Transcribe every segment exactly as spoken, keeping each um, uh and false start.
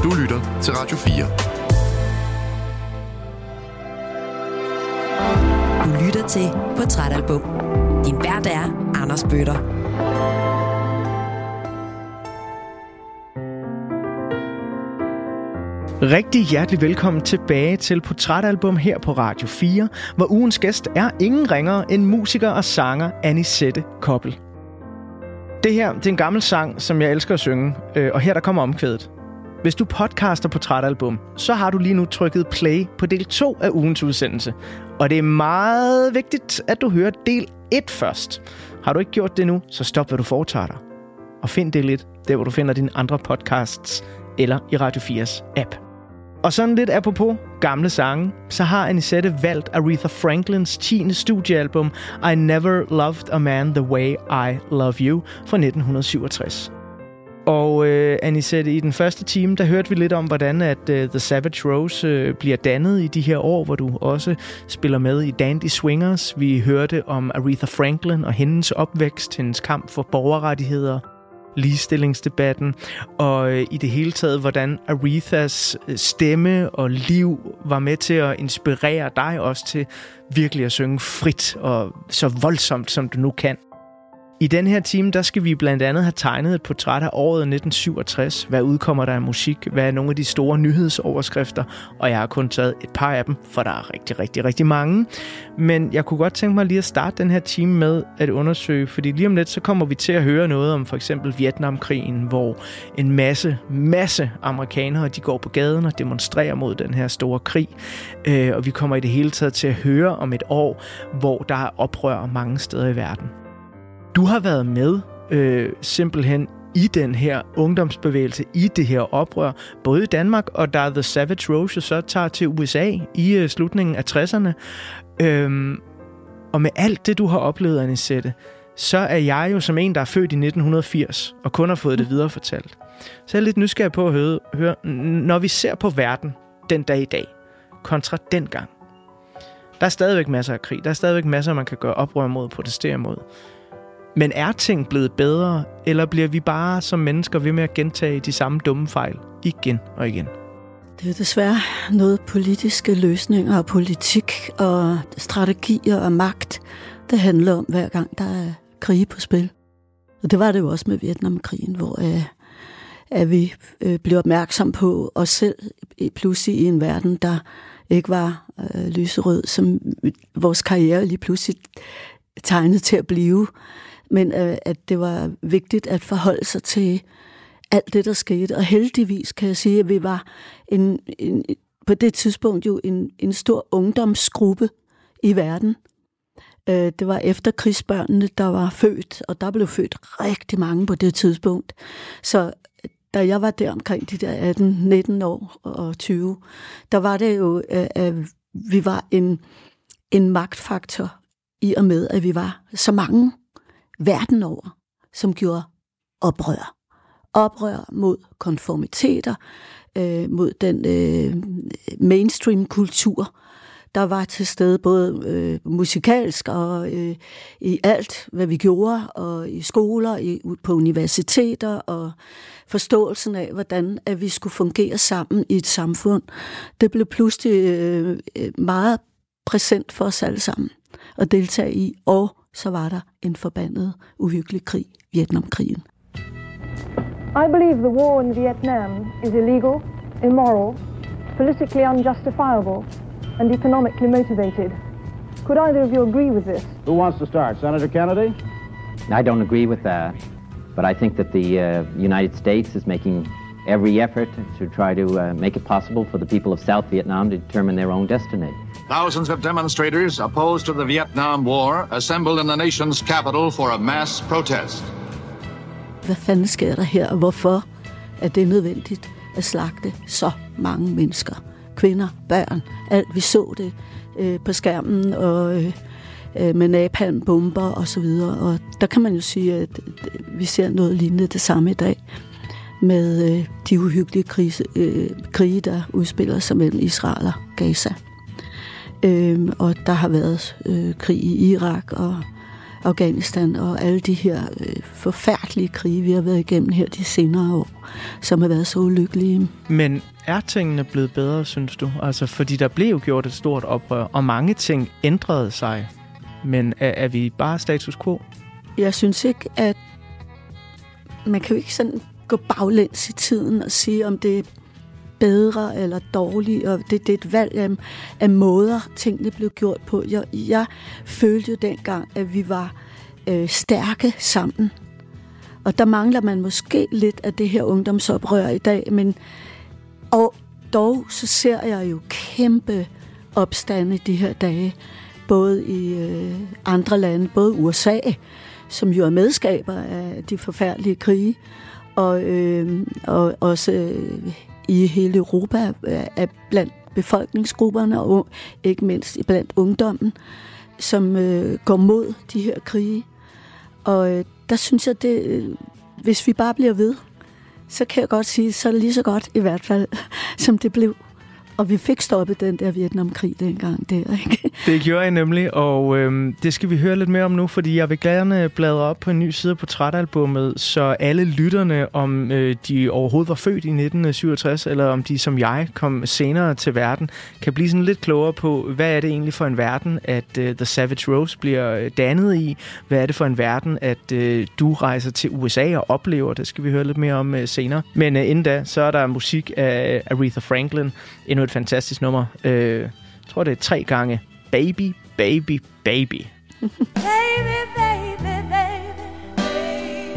Du lytter til Radio fire. Du lytter til Portrætalbum. Din vært er Anders Bøtter. Rigtig hjertelig velkommen tilbage til Portrætalbum her på Radio fire, hvor ugens gæst er ingen ringere end musiker og sanger Anisette Koppel. Det her det er en gammel sang, som jeg elsker at synge, og her der kommer omkvædet. Hvis du podcaster Portrætalbum, så har du lige nu trykket play på del to af ugens udsendelse. Og det er meget vigtigt, at du hører del et først. Har du ikke gjort det nu, så stop, hvad du foretager dig. Og find del et, der hvor du finder dine andre podcasts, eller i Radio fires app. Og sådan lidt apropos gamle sange, så har Anisette valgt Aretha Franklins tiende studiealbum I Never Loved a Man the Way I Love You fra nitten syvogtres. Og øh, Anisette, i den første time, der hørte vi lidt om, hvordan at øh, The Savage Rose øh, bliver dannet i de her år, hvor du også spiller med i Dandy Swingers. Vi hørte om Aretha Franklin og hendes opvækst, hendes kamp for borgerrettigheder, ligestillingsdebatten, og øh, i det hele taget, hvordan Arethas stemme og liv var med til at inspirere dig også til virkelig at synge frit og så voldsomt, som du nu kan. I den her time, der skal vi blandt andet have tegnet et portræt af året nitten syvogtres. Hvad udkommer der af musik? Hvad er nogle af de store nyhedsoverskrifter? Og jeg har kun taget et par af dem, for der er rigtig, rigtig, rigtig mange. Men jeg kunne godt tænke mig lige at starte den her time med at undersøge, fordi lige om lidt, så kommer vi til at høre noget om for eksempel Vietnamkrigen, hvor en masse, masse amerikanere, de går på gaden og demonstrerer mod den her store krig. Og vi kommer i det hele taget til at høre om et år, hvor der er oprør mange steder i verden. Du har været med øh, simpelthen i den her ungdomsbevægelse, i det her oprør, både i Danmark, og da The Savage Rose så tager til U S A i øh, slutningen af tresserne. Øhm, og med alt det, du har oplevet, Anisette, så er jeg jo som en, der er født i nitten firs, og kun har fået det viderefortalt. Så jeg er lidt nysgerrig på at høre, høre, når vi ser på verden den dag i dag, kontra dengang. Der er stadigvæk masser af krig, der er stadigvæk masser, man kan gøre oprør mod og protestere mod. Men er ting blevet bedre, eller bliver vi bare som mennesker ved med at gentage de samme dumme fejl igen og igen? Det er desværre noget politiske løsninger og politik og strategier og magt, der handler om hver gang, der er krige på spil. Og det var det jo også med Vietnamkrigen, hvor øh, at vi øh, blev opmærksom på os selv, pludselig i en verden, der ikke var øh, lyserød, som vores karriere lige pludselig tegnet til at blive. Men øh, at det var vigtigt at forholde sig til alt det, der skete. Og heldigvis kan jeg sige, at vi var en, en, på det tidspunkt jo en, en stor ungdomsgruppe i verden. Øh, det var efter krigsbørnene, der var født, og der blev født rigtig mange på det tidspunkt. Så da jeg var der omkring de der atten, nitten år og tyve, der var det jo, øh, at vi var en, en magtfaktor i og med, at vi var så mange verden over, som gjorde oprør. Oprør mod konformiteter, øh, mod den øh, mainstream-kultur, der var til stede både øh, musikalsk og øh, i alt, hvad vi gjorde, og i skoler, i, på universiteter, og forståelsen af, hvordan at vi skulle fungere sammen i et samfund. Det blev pludselig øh, meget præsent for os alle sammen at deltage i, og så var der en forbandet, uhyggelig krig, Vietnamkrigen. I believe the war in Vietnam is illegal, immoral, politically unjustifiable, and economically motivated. Could either of you agree with this? Who wants to start? Senator Kennedy? I don't agree with that, but I think that the uh, United States is making every effort to try to uh, make it possible for the people of South Vietnam to determine their own destiny. Thousands of demonstrators opposed to the Vietnam War assembled in the nation's capital for a mass protest. Hvad fanden sker der her, og hvorfor er det nødvendigt at slagte så mange mennesker? Kvinder, børn, alt. Vi så det øh, på skærmen og øh, med napalmbomber og så videre. Og der kan man jo sige, at vi ser noget lignende det samme i dag med øh, de uhyggelige krise, øh, krige, der udspiller sig mellem Israel og Gaza. Øh, og der har været øh, krig i Irak og Afghanistan og alle de her øh, forfærdelige krige, vi har været igennem her de senere år, som har været så ulykkelige. Men er tingene blevet bedre, synes du? Altså, fordi der blev jo gjort et stort oprør, og mange ting ændrede sig. Men er, er vi bare status quo? Jeg synes ikke, at man kan jo ikke sådan gå baglæns i tiden og sige, om det er bedre eller dårligt, og det, det er et valg af, af måder, tingene blev gjort på. Jeg, jeg følte jo dengang, at vi var øh, stærke sammen. Og der mangler man måske lidt af det her ungdomsoprør i dag, men og dog så ser jeg jo kæmpe opstande de her dage, både i øh, andre lande, både U S A, som jo er medskaber af de forfærdelige krige, og, øh, og også øh, i hele Europa er blandt befolkningsgrupperne, og ikke mindst blandt ungdommen, som øh, går mod de her krige. Og øh, der synes jeg, det, øh, hvis vi bare bliver ved, så kan jeg godt sige, så er det lige så godt i hvert fald, som det blev. Og vi fik stoppet den der Vietnamkrig dengang der, ikke? Det gjorde jeg nemlig, og øhm, det skal vi høre lidt mere om nu, fordi jeg vil gerne bladre op på en ny side på portrætalbummet, så alle lytterne, om øh, de overhovedet var født i nitten syvogtres, eller om de som jeg kom senere til verden, kan blive sådan lidt klogere på, hvad er det egentlig for en verden, at øh, The Savage Rose bliver dannet i? Hvad er det for en verden, at øh, du rejser til U S A og oplever? Det skal vi høre lidt mere om øh, senere. Men øh, inden da, så er der musik af Aretha Franklin, endnu et fantastisk nummer. Øh, jeg tror, det er tre gange. Baby, baby, baby. Baby, baby, baby, baby.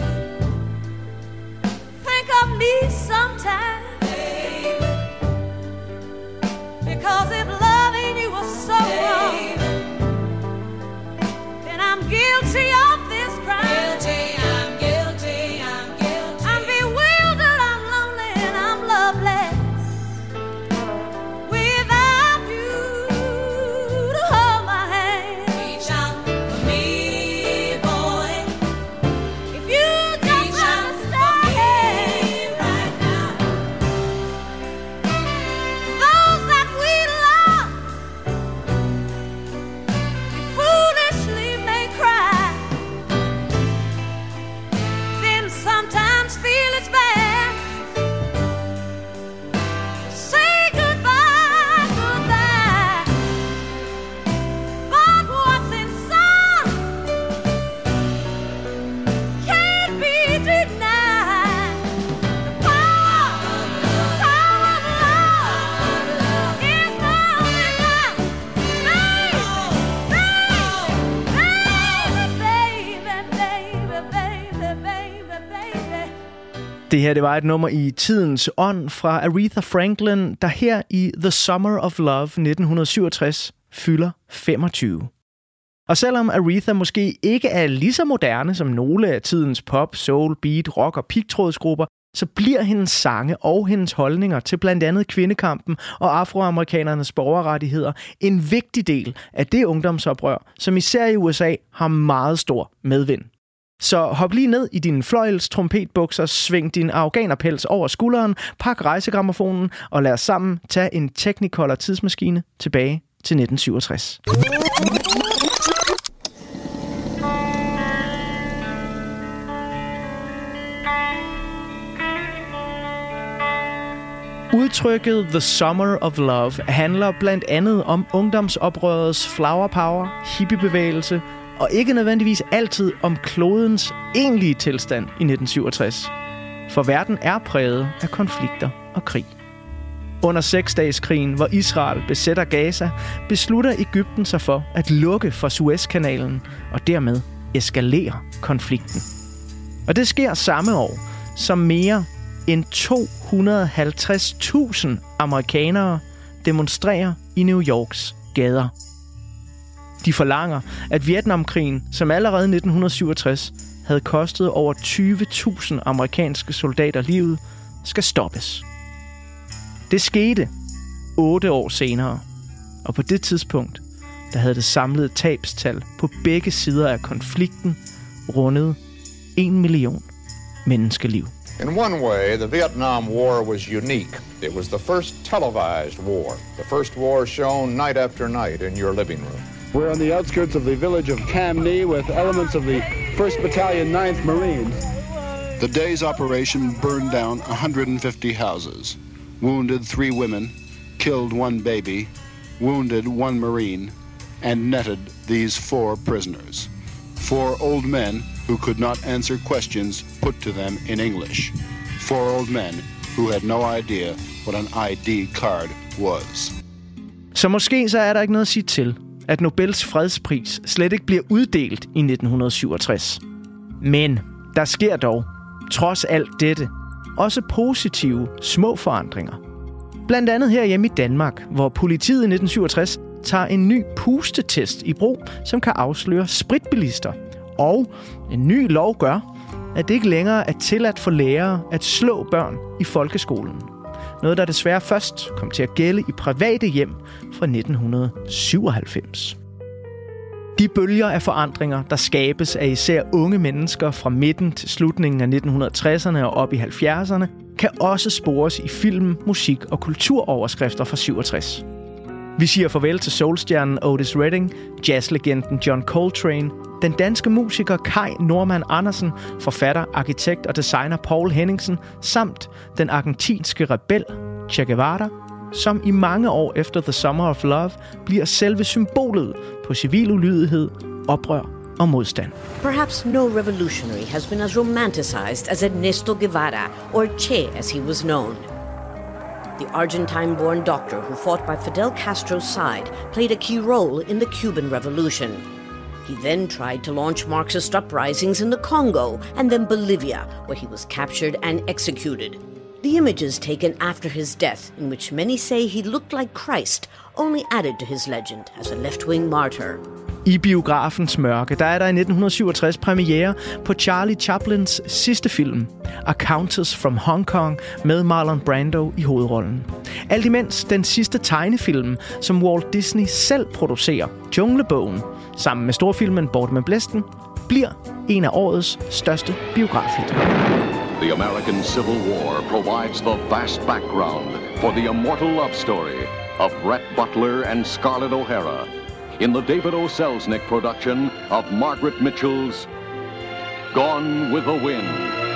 Think of me sometime, baby. Because if loving you was so wrong, then I'm guilty of this crime. Guilty, I'm guilty, I'm guilty. I'm bewildered, I'm lonely, and I'm loveless. Det her, det var et nummer i tidens ånd fra Aretha Franklin, der her i The Summer of Love nitten syvogtres fylder femogtyve. Og selvom Aretha måske ikke er lige så moderne som nogle af tidens pop, soul, beat, rock og pigtrådsgrupper, så bliver hendes sange og hendes holdninger til blandt andet kvindekampen og afroamerikanernes borgerrettigheder en vigtig del af det ungdomsoprør, som især i U S A har meget stor medvind. Så hop lige ned i din fløjels trompetbukser, sving din afghanerpels over skulderen, pak rejsegrammofonen og lad os sammen tage en Technicolor tidsmaskine tilbage til nitten syvogtres. Udtrykket The Summer of Love handler blandt andet om ungdomsoprørets flower power, hippiebevægelse og ikke nødvendigvis altid om klodens egentlige tilstand i nitten syvogtres. For verden er præget af konflikter og krig. Under seksdageskrigen, hvor Israel besætter Gaza, beslutter Egypten sig for at lukke for Suezkanalen og dermed eskalere konflikten. Og det sker samme år, som mere end to hundrede og halvtreds tusind amerikanere demonstrerer i New Yorks gader. De forlanger, at Vietnamkrigen, som allerede i nitten syvogtres havde kostet over tyve tusind amerikanske soldater livet, skal stoppes. Det skete otte år senere, og på det tidspunkt, der havde det samlede tabstal på begge sider af konflikten rundet en million menneskeliv. In one way, the Vietnam War was unique. It was the first televised war, the first war shown night after night in your living room. We're on the outskirts of the village of Camney with elements of the first Battalion, ninth Marines. The day's operation burned down one hundred fifty houses, wounded three women, killed one baby, wounded one Marine, and netted these four prisoners. Four old men who could not answer questions put to them in English. Four old men who had no idea what an I D card was. Så måske så er der ikke noget at sige til, at Nobels fredspris slet ikke bliver uddelt i nitten syvogtres. Men der sker dog, trods alt dette, også positive små forandringer. Blandt andet herhjemme i Danmark, hvor politiet i nitten syvogtres tager en ny pustetest i brug, som kan afsløre spritbilister. Og en ny lov gør, at det ikke længere er tilladt for lærere at slå børn i folkeskolen. Noget, der desværre først kom til at gælde i private hjem fra nitten syvoghalvfems. De bølger af forandringer, der skabes af især unge mennesker fra midten til slutningen af nitten tresserne og op i halvfjerdserne, kan også spores i film, musik og kulturoverskrifter fra syvogtres. Vi siger farvel til soulstjernen Otis Redding, jazzlegenden John Coltrane, den danske musiker Kai Normann Andersen, forfatter, arkitekt og designer Paul Henningsen, samt den argentinske rebel Che Guevara, som i mange år efter The Summer of Love bliver selve symbolet på civil ulydighed, oprør og modstand. Perhaps no revolutionary has been as romanticized as Ernesto Guevara, or Che as he was known. The Argentine-born doctor who fought by Fidel Castro's side played a key role in the Cuban Revolution. He then tried to launch Marxist uprisings in the Congo and then Bolivia, where he was captured and executed. The images taken after his death, in which many say he looked like Christ, only added to his legend as a left-wing martyr. I biografens mørke, der er der i nitten syvogtres premiere på Charlie Chaplins sidste film, A Countess from Hong Kong, med Marlon Brando i hovedrollen. Alt imens den sidste tegnefilm, som Walt Disney selv producerer, Junglebogen, sammen med storfilmen Bort med blæsten, bliver en af årets største biografhit. The American Civil War provides the vast background for the immortal love story of Rhett Butler and Scarlett O'Hara in the David O. Selznick production of Margaret Mitchell's Gone with the Wind.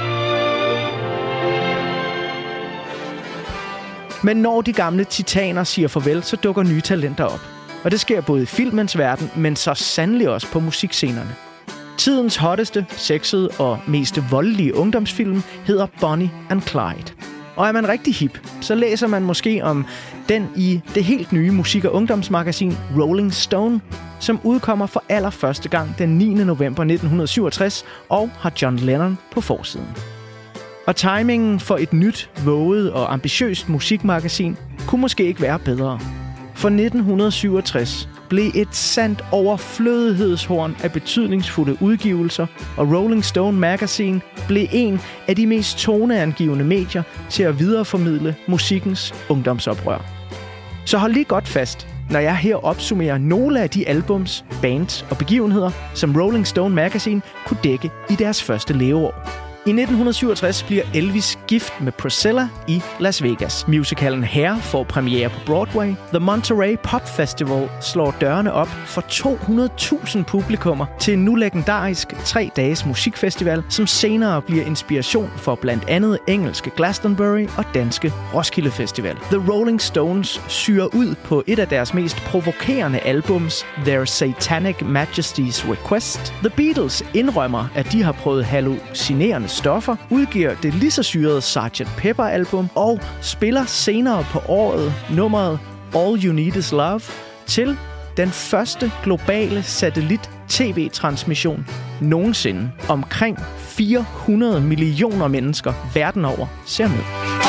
Men når de gamle titaner siger farvel, så dukker nye talenter op. Og det sker både i filmens verden, men så sandelig også på musikscenerne. Tidens hotteste, sexede og mest voldelige ungdomsfilm hedder Bonnie and Clyde. Og er man rigtig hip, så læser man måske om den i det helt nye musik- og ungdomsmagasin Rolling Stone, som udkommer for allerførste gang den niende november nitten syvogtres og har John Lennon på forsiden. Og timingen for et nyt, våget og ambitiøst musikmagasin kunne måske ikke være bedre. For nitten syvogtres blev et sandt overflødighedshorn af betydningsfulde udgivelser, og Rolling Stone Magazine blev en af de mest toneangivende medier til at videreformidle musikkens ungdomsoprør. Så hold lige godt fast, når jeg her opsummerer nogle af de albums, bands og begivenheder, som Rolling Stone Magazine kunne dække i deres første leveår. I nitten syvogtres bliver Elvis gift med Priscilla i Las Vegas. Musicalen Hair får premiere på Broadway. The Monterey Pop Festival slår dørene op for to hundrede tusind publikummer til en nu legendarisk tre dages musikfestival, som senere bliver inspiration for blandt andet engelske Glastonbury og danske Roskilde Festival. The Rolling Stones syrer ud på et af deres mest provokerende albums, Their Satanic Majesty's Request. The Beatles indrømmer, at de har prøvet hallucinerende stoffer, udgiver det lige så syrede sergeant Pepper-album og spiller senere på året nummeret All You Need Is Love til den første globale satellit-tv-transmission nogensinde. Omkring fire hundrede millioner mennesker verden over ser med.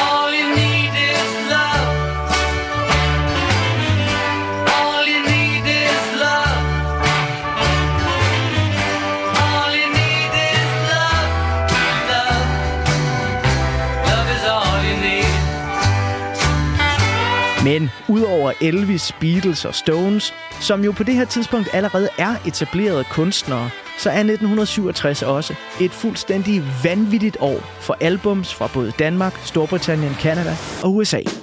Men udover Elvis, Beatles og Stones, som jo på det her tidspunkt allerede er etablerede kunstnere, så er nitten syvogtres også et fuldstændig vanvittigt år for albums fra både Danmark, Storbritannien, Canada og U S A.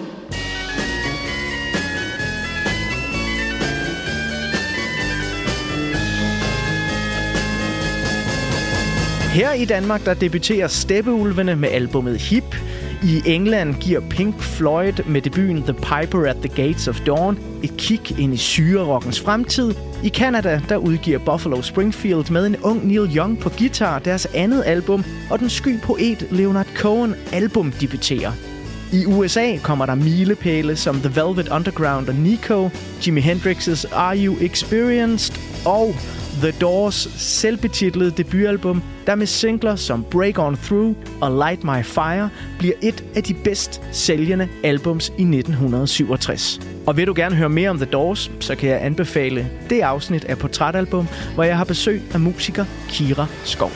Her i Danmark, der debuterer Steppeulvene med albumet Hip. I England giver Pink Floyd med debuten The Piper at the Gates of Dawn et kig ind i syrerockens fremtid. I Canada, der udgiver Buffalo Springfield med en ung Neil Young på guitar deres andet album, og den sky poet Leonard Cohen albumdebuterer. I U S A kommer der milepæle som The Velvet Underground og Nico, Jimi Hendrix's Are You Experienced og The Doors' selvbetitlede debutalbum, der med singler som Break On Through og Light My Fire bliver et af de bedst sælgende albums i nitten syvogtres. Og vil du gerne høre mere om The Doors, så kan jeg anbefale det afsnit af Portrætalbum, hvor jeg har besøg af musiker Kira Skov.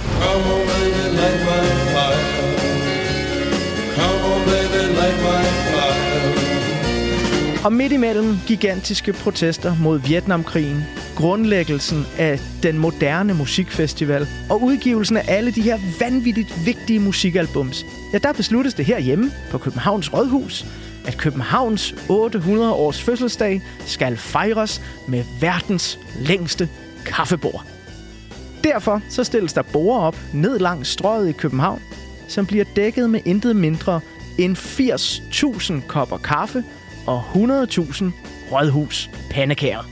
Og midt imellem gigantiske protester mod Vietnamkrigen, grundlæggelsen af den moderne musikfestival og udgivelsen af alle de her vanvittigt vigtige musikalbums, ja, der besluttes det herhjemme på Københavns Rådhus, at Københavns otte hundrede års fødselsdag skal fejres med verdens længste kaffebord. Derfor så stilles der borde op ned langs strøget i København, som bliver dækket med intet mindre end firs tusind kopper kaffe og hundrede tusind rådhus pandekager.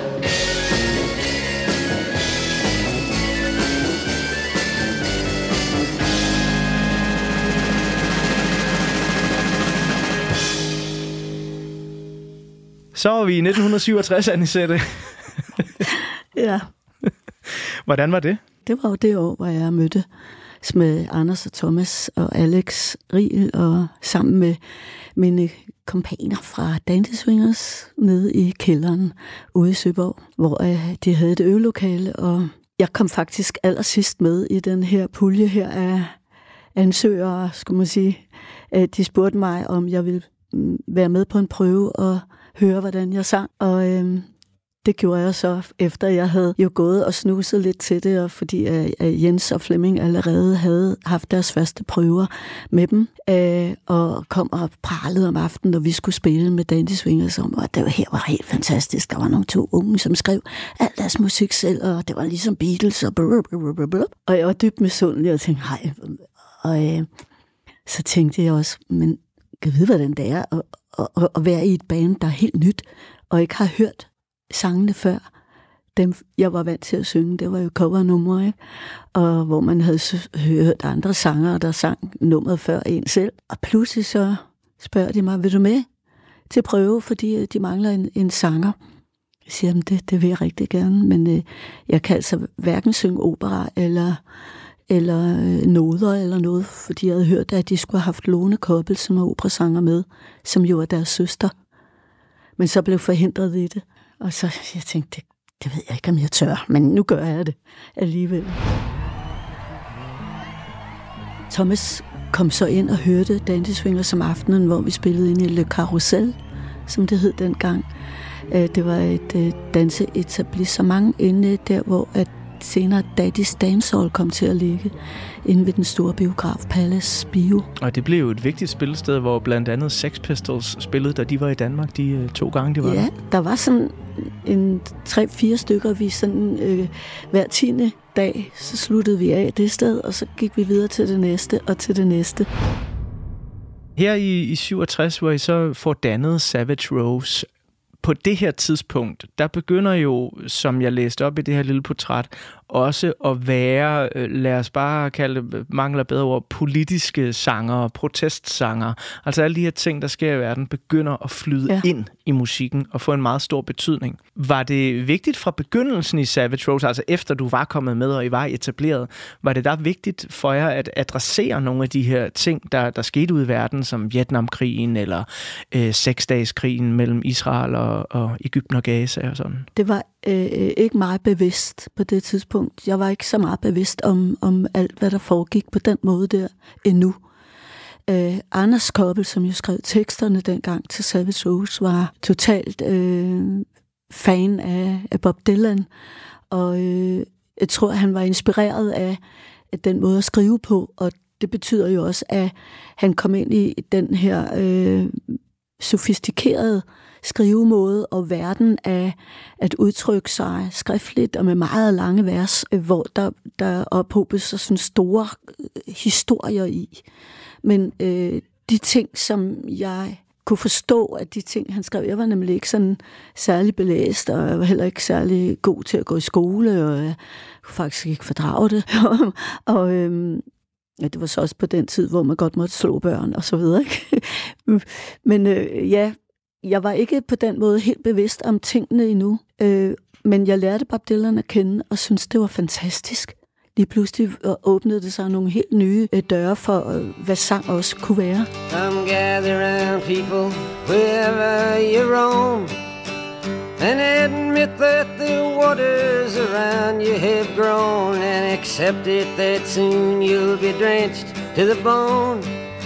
Så er vi i nitten syvogtres, Anisette. Ja. Hvordan var det? Det var jo det år, hvor jeg mødte med Anders og Thomas og Alex Riel, og sammen med mine kompaner fra Dandy Swingers nede i kælderen ude i Søborg, hvor øh, de havde et øvelokale, og jeg kom faktisk allersidst med i den her pulje her af ansøgere, skulle man sige. De spurgte mig, om jeg ville være med på en prøve og høre, hvordan jeg sang, og øh, det gjorde jeg så, efter jeg havde jo gået og snuset lidt til det, og fordi uh, Jens og Flemming allerede havde haft deres første prøver med dem, uh, og kom og pralede om aftenen, og vi skulle spille med Dandy Swingers, og det var, her var helt fantastisk. Der var nogle to unge, som skrev al deres musik selv, og det var ligesom Beatles, og blablabla. Og jeg var dybt misundelig, og tænkte, hej. Og uh, så tænkte jeg også, men kan vide, hvordan det er at, at, at være i et band, der er helt nyt, og ikke har hørt sangene før. Dem, jeg var vant til at synge, det var jo covernumre, ikke? Og hvor man havde hørt andre sangere, der sang nummeret før en selv. Og pludselig så spørger de mig, vil du med til prøve, fordi de mangler en, en sanger? Jeg siger, det, det vil jeg rigtig gerne, men øh, jeg kan altså hverken synge opera eller, eller øh, noder eller noget, fordi jeg havde hørt, at de skulle have haft Lone Koppel, som er operasanger med, som jo er deres søster. Men så blev forhindret i det. Og så jeg tænkte, det, det ved jeg ikke, om jeg tør, men nu gør jeg det alligevel. Thomas kom så ind og hørte Dandy Swingers om aftenen, hvor vi spillede ind i Le Carousel, som det hed dengang. Det var et danseetablissement inde der, hvor at senere Daddy's Dance Hall kom til at ligge inde ved den store biograf Palace Bio. Og det blev jo et vigtigt spillested, hvor blandt andet Sex Pistols spillede, da de var i Danmark de to gange, de var ja, der. Der var sådan en tre-fire stykker, vi sådan øh, hver tiende dag, så sluttede vi af det sted, og så gik vi videre til det næste og til det næste. Her i, i syvogtres, hvor I så får dannet Savage Rose, på det her tidspunkt, der begynder jo, som jeg læste op i det her lille portræt, også at være, lad os bare kalde det, mangler bedre ord, politiske sanger, protestsanger. Altså alle de her ting, der sker i verden, begynder at flyde ja. ind i musikken og få en meget stor betydning. Var det vigtigt fra begyndelsen i Savage Rose, altså efter du var kommet med og I var etableret, var det der vigtigt for jer at adressere nogle af de her ting, der, der skete ude i verden, som Vietnamkrigen eller øh, seksdageskrigen mellem Israel og, og Egypten og Gaza og sådan? Det var øh, ikke meget bevidst på det tidspunkt. Jeg var ikke så meget bevidst om, om alt, hvad der foregik på den måde der endnu. Øh, Anders Koppel, som jo skrev teksterne dengang til Savage Rose, var totalt øh, fan af, af Bob Dylan, og øh, jeg tror, han var inspireret af, af den måde at skrive på, og det betyder jo også, at han kom ind i den her øh, sofistikeret skrivemåde og verden af at udtrykke sig skriftligt og med meget lange vers, hvor der, der ophobes så sådan store historier i. Men øh, de ting, som jeg kunne forstå, at de ting, han skrev, jeg var nemlig ikke sådan særlig belæst, og jeg var heller ikke særlig god til at gå i skole, og jeg kunne faktisk ikke fordrage det. og øhm, ja, det var så også på den tid, hvor man godt måtte slå børn og så videre. Ikke? Men øh, ja, jeg var ikke på den måde helt bevidst om tingene endnu, øh, men jeg lærte Bob Dylan at kende, og syntes, det var fantastisk. Lige pludselig åbnede det sig nogle helt nye døre for, hvad sang også kunne være. Come gather round people wherever you roam, and admit that the waters around you have grown, and accept it that soon you'll be drenched to the bone.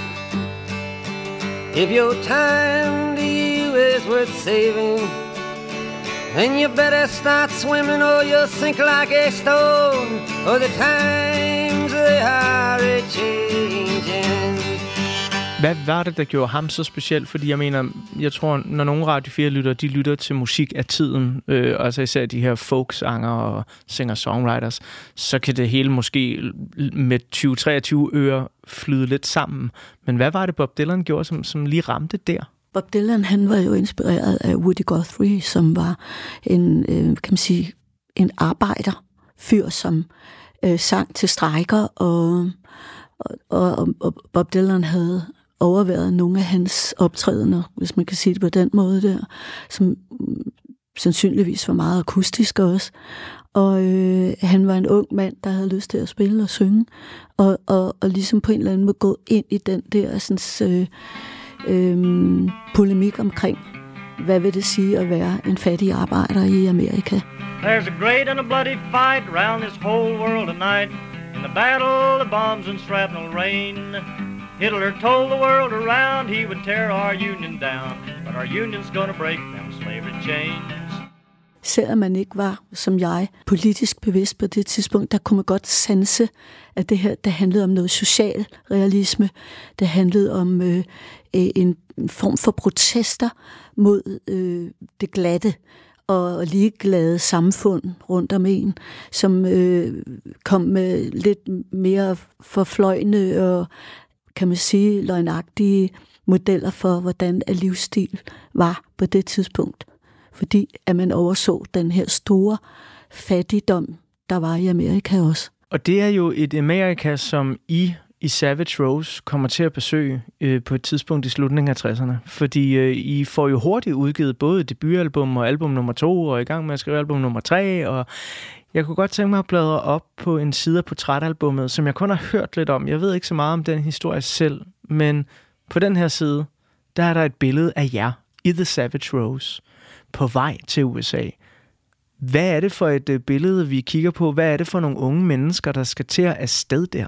If your time to you is worth saving, then you better start swimming or you'll sink like a stone, or the times they are a-changing. Hvad var det, der gjorde ham så speciel? Fordi jeg mener, jeg tror, når nogle Radio fire lytter, de lytter til musik af tiden, øh, altså især de her folksanger og singer-songwriters, så kan det hele måske med tyve treogtyve ører flyde lidt sammen. Men hvad var det, Bob Dylan gjorde, som, som lige ramte der? Bob Dylan, han var jo inspireret af Woody Guthrie, som var en, øh, kan man sige, en arbejderfyr, som øh, sang til strejker, og, og, og, og Bob Dylan havde overværet nogle af hans optrædener, hvis man kan sige det på den måde der, som sandsynligvis var meget akustisk også. Og øh, han var en ung mand, der havde lyst til at spille og synge, og, og, og ligesom på en eller anden måde gå ind i den der sådan, øh, Øhm, polemik omkring, hvad vil det sige at være en fattig arbejder i Amerika. There's a great and a bloody fight around this whole world tonight. In the battle, the bombs and shrapnel rain. Hitler told the world around he would tear our union down, but our union's gonna break them slavery chains. Selvom man ikke var, som jeg, politisk bevidst på det tidspunkt, der kunne man godt sanse, at det her, det handlede om noget social realisme. Det handlede om øh, en form for protester mod øh, det glatte og ligeglade samfund rundt om en, som øh, kom med lidt mere forfløjende og, kan man sige, løgnagtige modeller for, hvordan livsstil var på det tidspunkt. Fordi at man overså den her store fattigdom, der var i Amerika også. Og det er jo et Amerika, som I i Savage Rose kommer til at besøge øh, på et tidspunkt i slutningen af tresserne. Fordi øh, I får jo hurtigt udgivet både debutalbum og album nummer to, og i gang med at skrive album nummer tre, og jeg kunne godt tænke mig at bladre op på en side af portrætalbummet, som jeg kun har hørt lidt om. Jeg ved ikke så meget om den historie selv, men på den her side, der er der et billede af jer i The Savage Rose på vej til U S A. Hvad er det for et billede, vi kigger på? Hvad er det for nogle unge mennesker, der skal til at afsted der?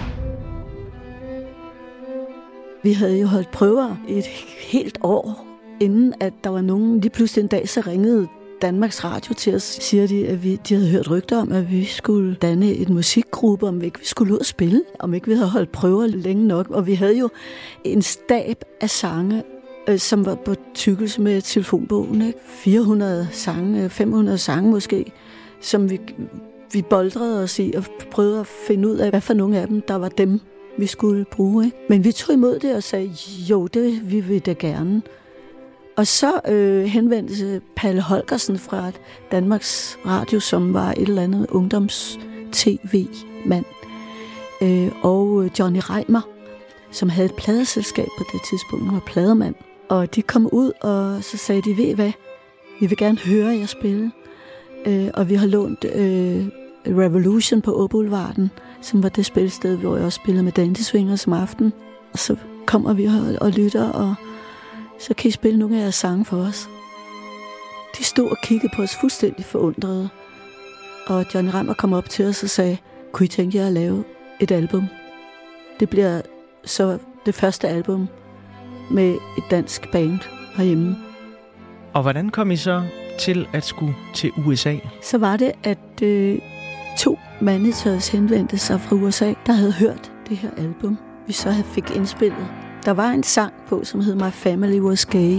Vi havde jo holdt prøver et helt år, inden at der var nogen. Lige pludselig en dag, så ringede Danmarks Radio til os, siger de, at vi, de havde hørt rygter om, at vi skulle danne et musikgruppe, om vi ikke skulle ud og spille, om ikke vi havde holdt prøver længe nok. Og vi havde jo en stab af sange, som var på tykkelse med telefonbogen, ikke? fire hundrede sange, fem hundrede sange måske, som vi, vi boldrede os i og prøvede at finde ud af, hvad for nogle af dem, der var dem, vi skulle bruge. Ikke? Men vi tog imod det og sagde, jo, det vi vil da gerne. Og så øh, henvendte sig Palle Holgersen fra Danmarks Radio, som var et eller andet ungdoms-tv-mand, øh, og Johnny Reimer, som havde et pladeselskab på det tidspunkt, han var plademand. Og de kom ud, og så sagde de, ved hvad, vi vil gerne høre jer spille. Øh, og vi har lånt øh, Revolution på Åboulevarden, som var det spilsted, hvor jeg også spillede med Dandy Swingers om aftenen. Og så kommer vi og, og lytter, og så kan I spille nogle af jeres sange for os. De stod og kiggede på os fuldstændig forundrede. Og Johnny Reimer kom op til os og sagde, kunne I tænke jer at lave et album? Det bliver så det første album med et dansk band herhjemme. Og hvordan kom I så til at skulle til U S A? Så var det, at øh, to managers henvendte sig fra U S A, der havde hørt det her album. Vi så havde fik indspillet Der var en sang på, som hed My Family Was Gay.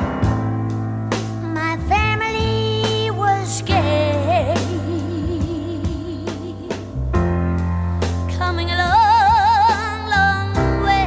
My family was gay, coming a long, long way.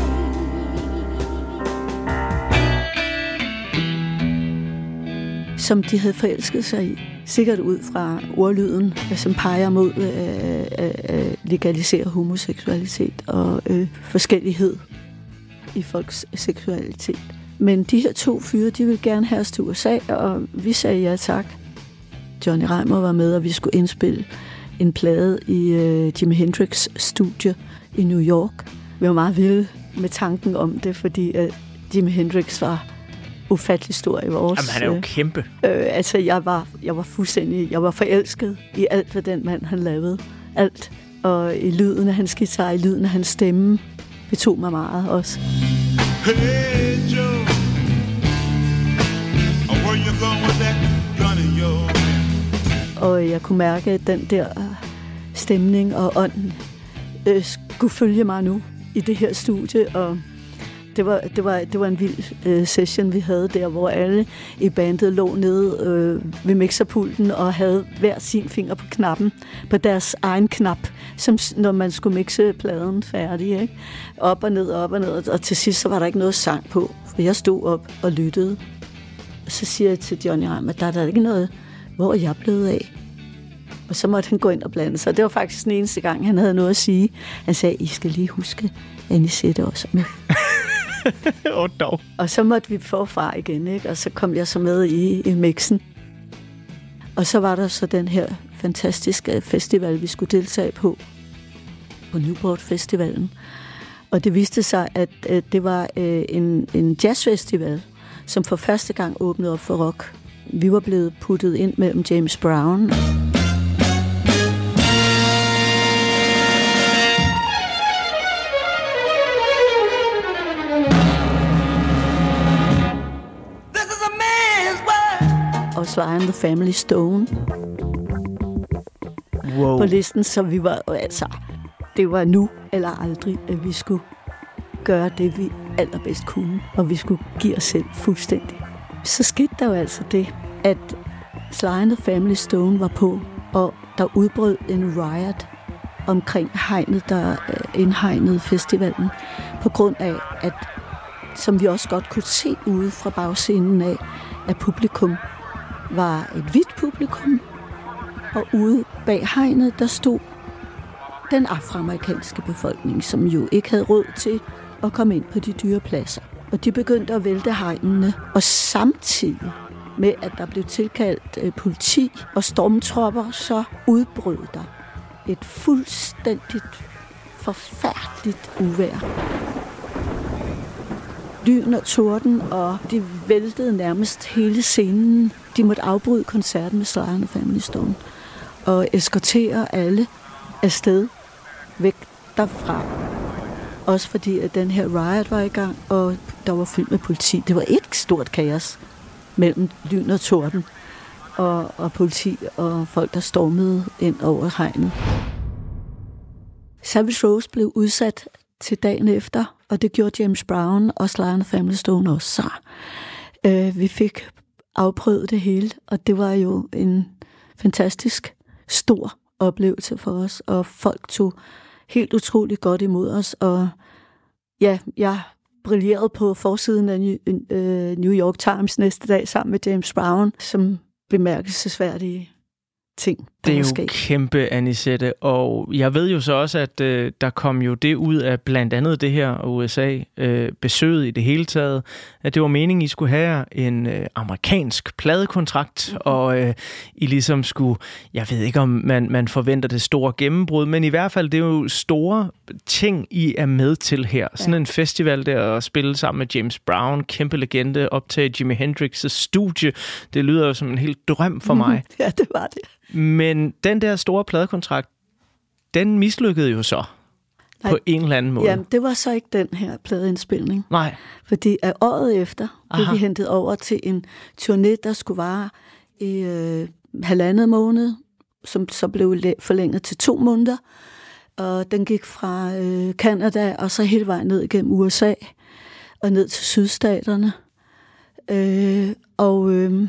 Som de havde forelsket sig i. Sikkert ud fra ordlyden, som peger mod øh, øh, legalisere homoseksualitet og øh, forskellighed i folks seksualitet. Men de her to fyre, de ville gerne have os til U S A, og vi sagde ja tak. Johnny Reimer var med, og vi skulle indspille en plade i øh, Jimi Hendrix' studie i New York. Vi var meget vilde med tanken om det, fordi øh, Jimi Hendrix var ufattelig stor i vores... Jamen, han er jo øh, kæmpe. Øh, altså, jeg var, jeg var fuldstændig... Jeg var forelsket i alt, hvad den mand, han lavede. Alt. Og i lyden af hans guitar, i lyden af hans stemme, betog mig meget også. Hey Joe, where you going with that gun in your hand? Og jeg kunne mærke, at den der stemning og ånd øh, skulle følge mig nu i det her studie, og det var, det var, det var en vild øh, session, vi havde der, hvor alle i bandet lå nede øh, ved mixerpulten og havde hver sin finger på knappen, på deres egen knap, som når man skulle mixe pladen færdig, ikke? Op og ned, op og ned, og til sidst så var der ikke noget sang på, for jeg stod op og lyttede. Og så siger jeg til Johnny Reimer, der er der ikke noget, hvor er jeg blevet af? Og så måtte han gå ind og blande sig. Det var faktisk den eneste gang, han havde noget at sige. Han sagde, I skal lige huske, Anisette også med. oh, dog. Og så måtte vi forfra igen, ikke? Og så kom jeg så med i, i mixen. Og så var der så den her fantastiske festival, vi skulle deltage på, på Newport Festivalen. Og det viste sig, at, at det var øh, en, en jazzfestival, som for første gang åbnede op for rock. Vi var blevet puttet ind mellem James Brown og Sly and the Family Stone wow. på listen, så vi var altså, det var nu eller aldrig, at vi skulle gøre det, vi allerbedst kunne, og vi skulle give os selv fuldstændig. Så skete der jo altså det, at Sly and the Family Stone var på, og der udbrød en riot omkring hegnet, der indhegnede festivalen, på grund af, at, som vi også godt kunne se ude fra bagscenen af, at publikum var et hvidt publikum, og ude bag hegnet, der stod den afroamerikanske befolkning, som jo ikke havde råd til at komme ind på de dyre pladser. Og de begyndte at vælte hegnene, og samtidig med, at der blev tilkaldt øh, politi og stormtropper, så udbrød der et fuldstændigt forfærdeligt uvejr. Lyn og torden, og de væltede nærmest hele scenen. De måtte afbryde koncerten med Sly and the Family Stone og eskortere alle afsted væk derfra. Også fordi, at den her riot var i gang, og der var fyldt med politi. Det var et stort kaos mellem lyn og torden og, og politi og folk, der stormede ind over hegnet. Savage Rose blev udsat til dagen efter, og det gjorde James Brown og Sly and the Family Stone også. Så øh, vi fik afprøvet det hele, og det var jo en fantastisk stor oplevelse for os, og folk tog helt utroligt godt imod os, og ja, jeg brillerede på forsiden af New York Times næste dag sammen med James Brown, som bemærkelsesværdige ting. Det er jo sket. Kæmpe, Anisette, og jeg ved jo så også, at øh, der kom jo det ud af blandt andet det her U S A-besøget øh, i det hele taget, at det var meningen, I skulle have en øh, amerikansk pladekontrakt, mm-hmm. og øh, I ligesom skulle, jeg ved ikke, om man, man forventer det store gennembrud, men i hvert fald, det er jo store ting, I er med til her. Sådan ja. En festival der, at spille sammen med James Brown, kæmpe legende, optage Jimi Hendrix' studie, det lyder jo som en helt drøm for mig. Ja, det var det. Men den der store pladekontrakt, den mislykkede jo så Nej. På en eller anden måde. Jamen, det var så ikke den her pladeindspilning. Nej. Fordi af året efter blev vi hentet over til en turné, der skulle vare i øh, halvandet måned, som så blev forlænget til to måneder. Og den gik fra øh, Canada og så hele vejen ned igennem U S A. og ned til sydstaterne. Øh, og øh,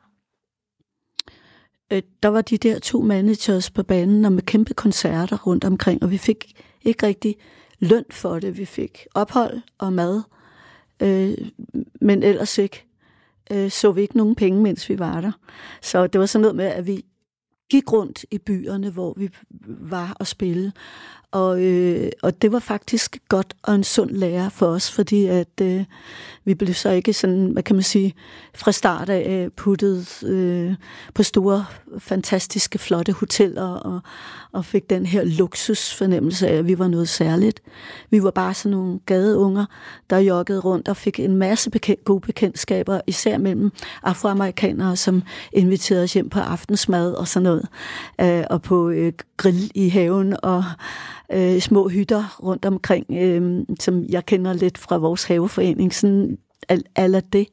øh, der var de der to managers på banen, og med kæmpe koncerter rundt omkring, og vi fik ikke rigtig løn for det. Vi fik ophold og mad, øh, men ellers ikke. Øh, så vi ikke nogen penge, mens vi var der. Så det var sådan noget med, at vi gik rundt i byerne, hvor vi var og spille. Og, øh, og det var faktisk godt og en sund lære for os, fordi at øh, vi blev så ikke sådan, hvad kan man sige, fra start af puttet øh, på store, fantastiske, flotte hoteller og, og fik den her luksusfornemmelse af, at vi var noget særligt. Vi var bare sådan nogle gadeunger, der joggede rundt og fik en masse bekendt, gode bekendtskaber, især mellem afroamerikanere, som inviterede os hjem på aftensmad og sådan noget, øh, og på øh, grill i haven og Øh, små hytter rundt omkring, øh, som jeg kender lidt fra vores haveforening, sådan ala det,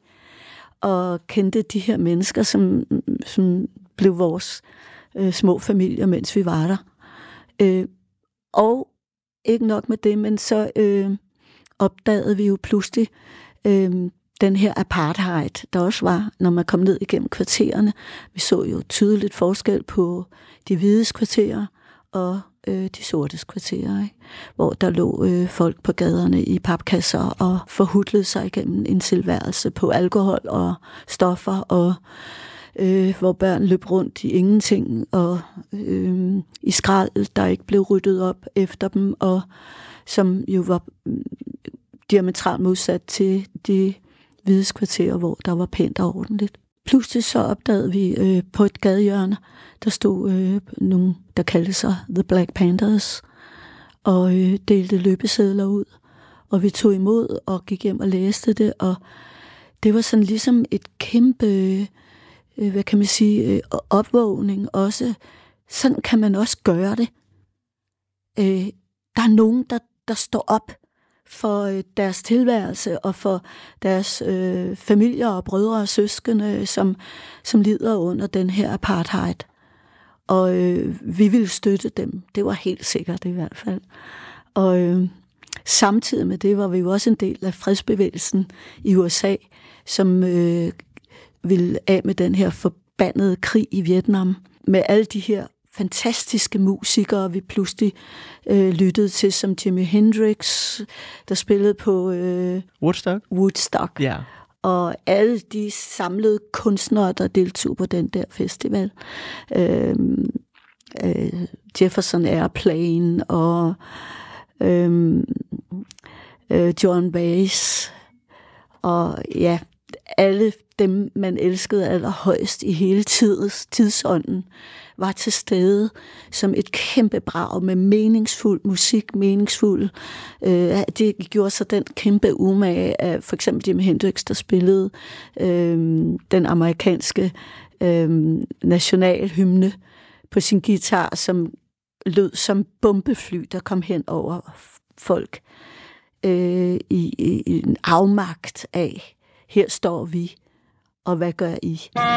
og kendte de her mennesker, som, som blev vores øh, små familier, mens vi var der. Øh, og ikke nok med det, men så øh, opdagede vi jo pludselig øh, den her apartheid, der også var, når man kom ned igennem kvartererne. Vi så jo tydeligt forskel på de hvides kvarterer og øh, de sortes kvarterer, ikke? Hvor der lå øh, folk på gaderne i papkasser og forhudlede sig igennem en tilværelse på alkohol og stoffer, og øh, hvor børn løb rundt i ingenting, og øh, i skrald, der ikke blev ryddet op efter dem, og som jo var diametralt modsat til de hvides kvarterer, hvor der var pænt og ordentligt. Pludselig så opdagede vi øh, på et gadehjørne, der stod øh, nogen, der kaldte sig The Black Panthers, og øh, delte løbesedler ud. Og vi tog imod og gik hjem og læste det, og det var sådan ligesom et kæmpe, øh, hvad kan man sige, øh, opvågning også. Sådan kan man også gøre det. Øh, der er nogen, der, der står op for øh, deres tilværelse og for deres øh, familier og brødre og søskende, som, som lider under den her apartheid. Og øh, vi ville støtte dem. Det var helt sikkert i hvert fald. Og øh, samtidig med det var vi jo også en del af fredsbevægelsen i U S A, som øh, ville af med den her forbandede krig i Vietnam. Med alle de her fantastiske musikere, vi pludselig øh, lyttede til, som Jimi Hendrix, der spillede på øh, Woodstock. Woodstock. Ja. Og alle de samlede kunstnere, der deltog på den der festival. Øh, øh, Jefferson Airplane og øh, øh, John Baez og ja, alle dem, man elskede allerhøjst i hele tids, tidsånden, var til stede som et kæmpe brag med meningsfuld musik, meningsfuld. Øh, det gjorde så den kæmpe umage af for eksempel Jimi Hendrix, der spillede øh, den amerikanske øh, nationalhymne på sin guitar, som lød som bombefly, der kom hen over folk øh, i, i en afmagt af, her står vi, og hvad gør I?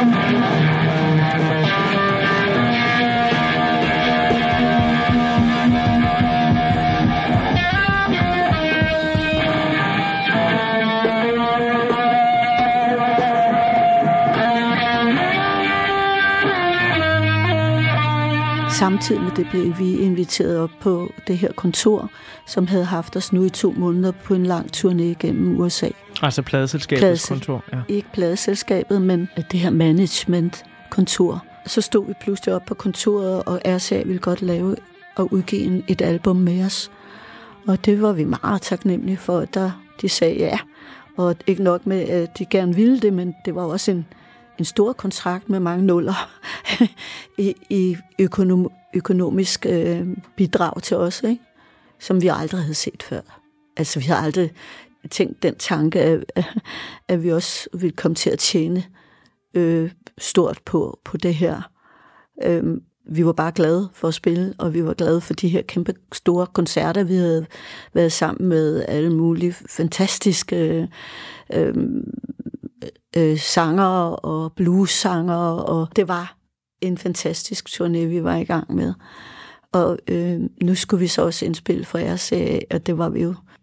Samtidig med det blev vi inviteret op på det her kontor, som havde haft os nu i to måneder på en lang turné gennem U S A. Altså pladeselskabets Plades- kontor? Ja. Ikke pladeselskabet, men det her management-kontor. Så stod vi pludselig op på kontoret, og R C A ville godt lave og udgive et album med os. Og det var vi meget taknemmelige for, at der, de sagde ja. Og ikke nok med, at de gerne ville det, men det var også en en stor kontrakt med mange nuller i, i økonom, økonomisk øh, bidrag til os, ikke? Som vi aldrig havde set før. Altså, vi har aldrig tænkt den tanke, at, at vi også ville komme til at tjene øh, stort på, på det her. Øh, vi var bare glade for at spille, og vi var glade for de her kæmpe store koncerter, vi havde været sammen med alle mulige fantastiske øh, øh, sanger og blues-sanger, og det var en fantastisk turné, vi var i gang med. Og øh, nu skulle vi så også indspille for R C A, og det var vi jo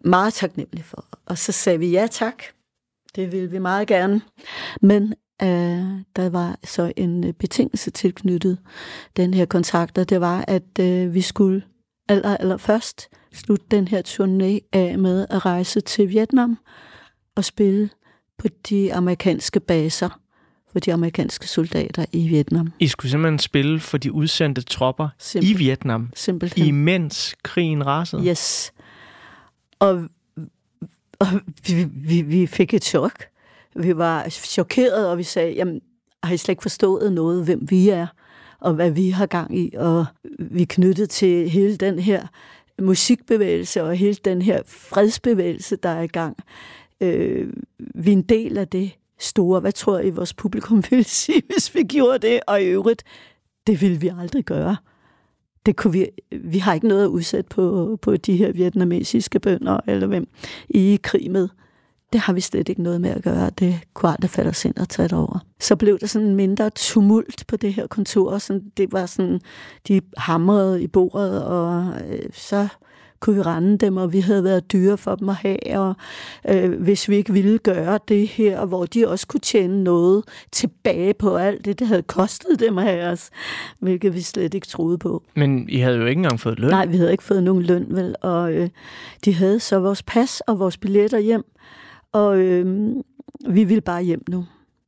meget taknemmelige for. Og så sagde vi ja tak, det ville vi meget gerne. Men øh, der var så en betingelse tilknyttet den her kontrakt, og det var, at øh, vi skulle aller, aller først slutte den her turné af med at rejse til Vietnam og spille på de amerikanske baser for de amerikanske soldater i Vietnam. I skulle simpelthen spille for de udsendte tropper Simpel. i Vietnam, Simpelthen. imens krigen rasede? Yes. Og, og vi, vi, vi fik et chok. Vi var chokerede, og vi sagde, jamen, har I slet ikke forstået noget, hvem vi er, og hvad vi har gang i? Og vi knyttede til hele den her musikbevægelse, og hele den her fredsbevægelse, der er i gang. Øh, vi er en del af det store. Hvad tror I, vores publikum ville sige, hvis vi gjorde det? Og i øvrigt, det ville vi aldrig gøre. Det kunne vi, vi har ikke noget at udsætte på, på de her vietnamesiske bønder, eller hvem I er i krig med. Det har vi slet ikke noget med at gøre. Det kunne aldrig falde os ind og tage det over. Så blev der sådan en mindre tumult på det her kontor. Sådan, det var sådan, de hamrede i bordet, og øh, så kunne vi rende dem, og vi havde været dyre for dem at have, og øh, hvis vi ikke ville gøre det her, hvor de også kunne tjene noget tilbage på alt det, det havde kostet dem at have os, hvilket vi slet ikke troede på. Men I havde jo ikke engang fået løn? Nej, vi havde ikke fået nogen løn, vel, og øh, de havde så vores pas og vores billetter hjem, og øh, vi ville bare hjem nu.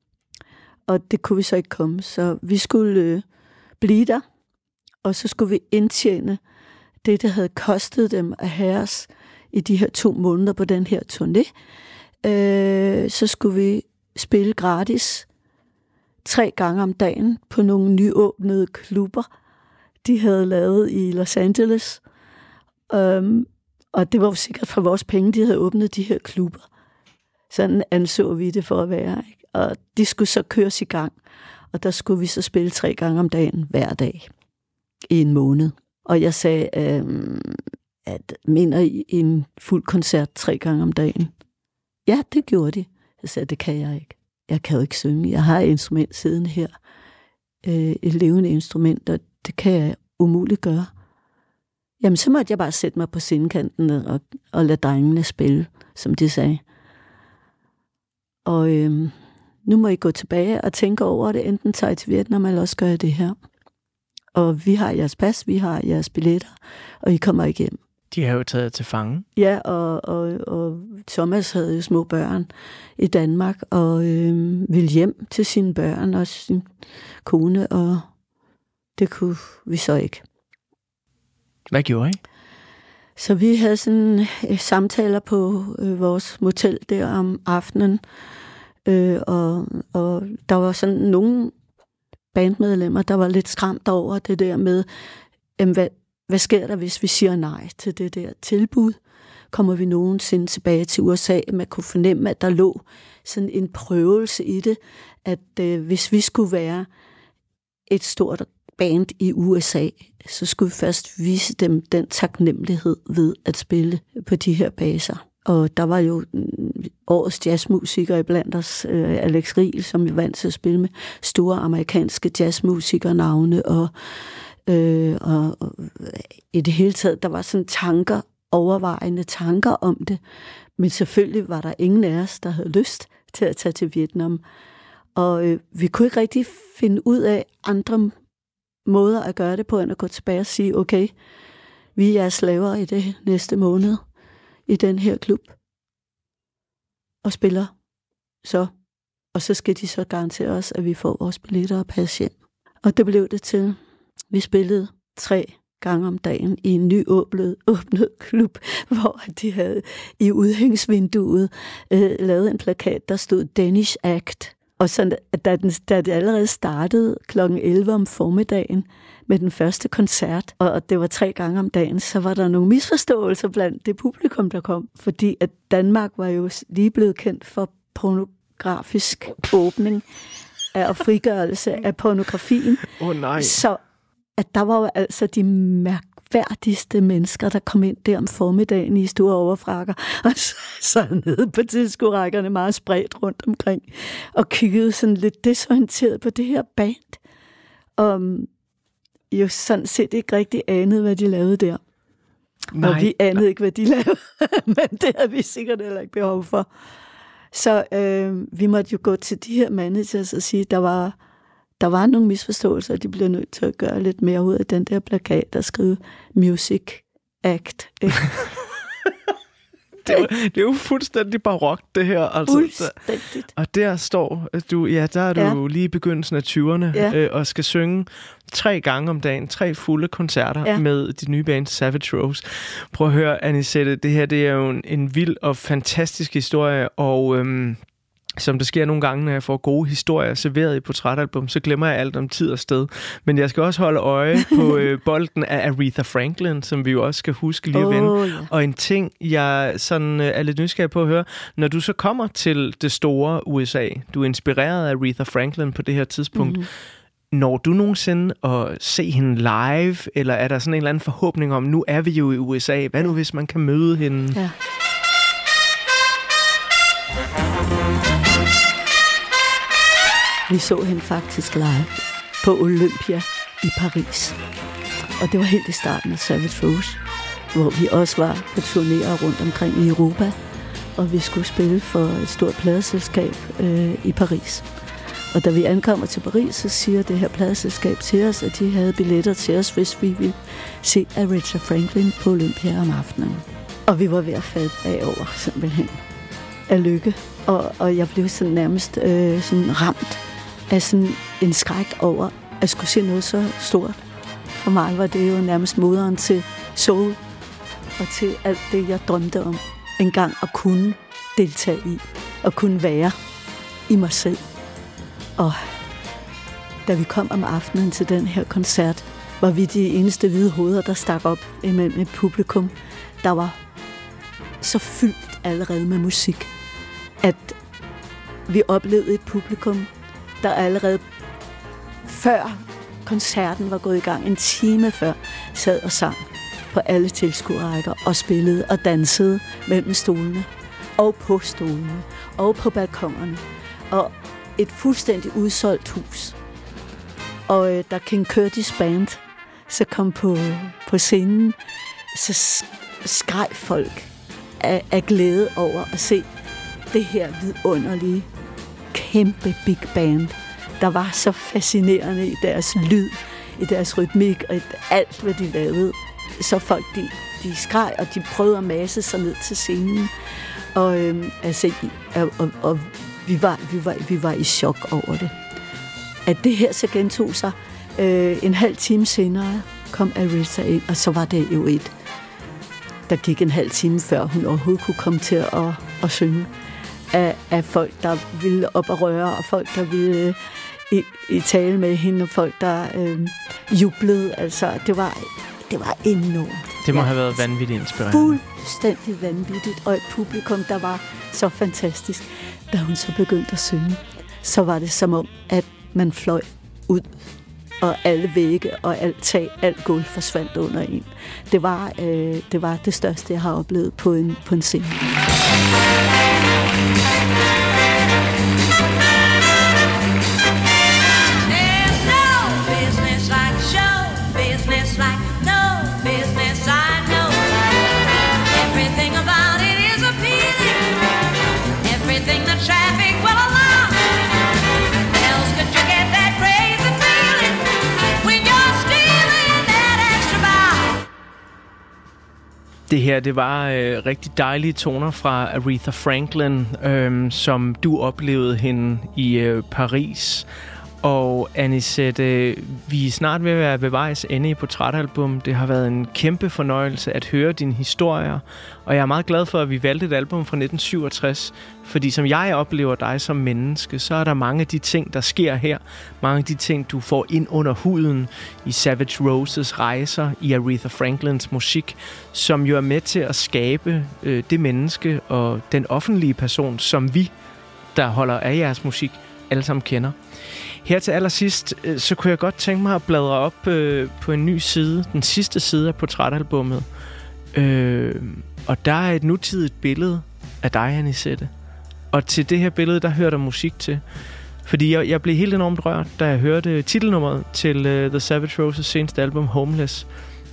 Og det kunne vi så ikke komme, så vi skulle øh, blive der, og så skulle vi indtjene det, der havde kostet dem at have os i de her to måneder på den her turné. Øh, så skulle vi spille gratis tre gange om dagen på nogle nyåbnede klubber, de havde lavet i Los Angeles. Um, og det var jo sikkert for vores penge, de havde åbnet de her klubber. Sådan anså vi det for at være. Ikke? Og de skulle så køres i gang. Og der skulle vi så spille tre gange om dagen hver dag i en måned. Og jeg sagde, øhm, at mener I en fuld koncert tre gange om dagen? Ja, det gjorde de. Jeg sagde, det kan jeg ikke. Jeg kan jo ikke synge. Jeg har et instrument siden her. Øh, et levende instrument, og det kan jeg umuligt gøre. Jamen, så måtte jeg bare sætte mig på scenekanten og, og lade drengene spille, som de sagde. Og øhm, nu må I gå tilbage og tænke over det. Enten tager I til Vietnam, eller også gør jeg det her. Og vi har jeres pas, vi har jeres billetter, og I kommer ikke hjem. De har jo taget til fange. Ja, og, og, og Thomas havde jo små børn i Danmark, og øh, ville hjem til sine børn og sin kone, og det kunne vi så ikke. Hvad gjorde I? Så vi havde sådan øh, samtaler på øh, vores motel der om aftenen, øh, og, og der var sådan nogle bandmedlemmer, der var lidt skræmt over det der med, jamen, hvad, hvad sker der, hvis vi siger nej til det der tilbud? Kommer vi nogensinde tilbage til U S A? Man kunne fornemme, at der lå sådan en prøvelse i det, at øh, hvis vi skulle være et stort band i U S A, så skulle vi først vise dem den taknemmelighed ved at spille på de her baser. Og der var jo årets jazzmusikere iblandt os, øh, Alex Riel, som vi vandt til at spille med store amerikanske jazzmusikernavne, og, øh, og, og i det hele taget, der var sådan tanker, overvejende tanker om det, men selvfølgelig var der ingen af os, der havde lyst til at tage til Vietnam. Og øh, vi kunne ikke rigtig finde ud af andre måder at gøre det på, end at gå tilbage og sige, okay, vi er slaver i det næste måned i den her klub, og spiller så. Og så skal de så garantere os, at vi får vores billetter og pas hjem. Og det blev det til. Vi spillede tre gange om dagen i en ny åbnet, åbnet klub, hvor de havde i udhængsvinduet øh, lavet en plakat, der stod Danish Act. Og så, da, den, da det allerede startede klokken elleve om formiddagen med den første koncert, og det var tre gange om dagen, så var der nogle misforståelser blandt det publikum, der kom. Fordi at Danmark var jo lige blevet kendt for pornografisk åbning af og frigørelse af pornografien. Åh oh, nej. Så at der var jo altså de mærkværdigste mennesker, der kom ind der om formiddagen i store overfrakker, og så sad nede på tilskuerrækkerne meget spredt rundt omkring, og kiggede sådan lidt desorienteret på det her band, og jo sådan set ikke rigtig anede, hvad de lavede der. Nej. Og vi anede ikke, hvad de lavede, men det havde vi sikkert heller ikke behov for. Så øh, vi måtte jo gå til de her managers og sige, at der var, der var nogle misforståelser, de blev nødt til at gøre lidt mere ud af den der plakat, der skrev Music Act. Det er, jo, det er jo fuldstændig barokt, det her. Altså, fuldstændigt. Og der står du, ja, der er du ja. lige i begyndelsen af tyverne, ja. øh, og skal synge tre gange om dagen, tre fulde koncerter ja. med dit nye band Savage Rose. Prøv at høre, Anisette, det her det er jo en, en vild og fantastisk historie, og øhm, som det sker nogle gange, når jeg får gode historier serveret i portrætalbum, så glemmer jeg alt om tid og sted. Men jeg skal også holde øje på øh, bolden af Aretha Franklin, som vi jo også skal huske lige at vende. Oh, yeah. Og en ting, jeg sådan, øh, er lidt nysgerrig på at høre, når du så kommer til det store U S A, du er inspireret af Aretha Franklin på det her tidspunkt, mm-hmm. når du nogensinde at se hende live, eller er der sådan en eller anden forhåbning om, nu er vi jo i U S A, hvad nu hvis man kan møde hende? Ja. Vi så hende faktisk live på Olympia i Paris. Og det var helt i starten af Savage Rose, hvor vi også var på turnéer rundt omkring i Europa. Og vi skulle spille for et stort pladeselskab øh, i Paris. Og da vi ankommer til Paris, så siger det her pladeselskab til os, at de havde billetter til os, hvis vi ville se Aretha Franklin på Olympia om aftenen. Og vi var ved at falde af over, simpelthen, af lykke. Og, og jeg blev sådan nærmest øh, sådan ramt af sådan en skræk over at skulle se noget så stort. For mig var det jo nærmest moderen til soul og til alt det, jeg drømte om engang at kunne deltage i og kunne være i mig selv. Og da vi kom om aftenen til den her koncert, var vi de eneste hvide hoveder, der stak op imellem et publikum, der var så fyldt allerede med musik, at vi oplevede et publikum, der allerede før koncerten var gået i gang, en time før, sad og sang på alle tilskuerrækker og spillede og dansede mellem stolene og på stolene og på balkonerne. Og et fuldstændig udsolgt hus. Og øh, da King Curtis Band så kom på, på scenen, så skreg folk af, af glæde over at se det her vidunderlige, kæmpe big band, der var så fascinerende i deres lyd, i deres rytmik og i alt, hvad de lavede. Så folk, de, de skreg, og de prøvede at masse sig ned til scenen. Og, øhm, altså, og, og, og vi, var, vi, var, vi var i chok over det. At det her så gentog sig. Øh, en halv time senere kom Aretha ind, og så var det jo et. Der gik en halv time, før hun overhovedet kunne komme til at, at synge. Af, af folk, der ville op og røre, og folk, der ville i, i tale med hende, og folk, der øh, jublede. Altså, det var, det var enormt. Det må ja, have været vanvittigt inspirerende. Fuldstændig vanvittigt, og et publikum, der var så fantastisk. Da hun så begyndte at synge, så var det som om, at man fløj ud, og alle vægge og alt tag, alt gulv forsvandt under en. Det var, øh, det var det største, jeg har oplevet på en, på en scene. Det her, det var øh, rigtig dejlige toner fra Aretha Franklin, øh, som du oplevede hende i øh, Paris. Og Anisette, vi er snart ved at være ved vejs ende i portrætalbum. Det har været en kæmpe fornøjelse at høre dine historier, og jeg er meget glad for, at vi valgte et album fra nitten syvogtres, fordi som jeg oplever dig som menneske, så er der mange af de ting, der sker her. Mange af de ting, du får ind under huden i Savage Roses rejser, i Aretha Franklins musik, som jo er med til at skabe øh, det menneske og den offentlige person, som vi, der holder af jeres musik, alle sammen kender. Her til allersidst, så kunne jeg godt tænke mig at bladre op øh, på en ny side, den sidste side af portrætalbummet. Øh, og der er et nutidigt billede af dig, Anisette. Og til det her billede, der hører der musik til. Fordi jeg, jeg blev helt enormt rørt, da jeg hørte titelnummeret til uh, The Savage Roses seneste album, Homeless.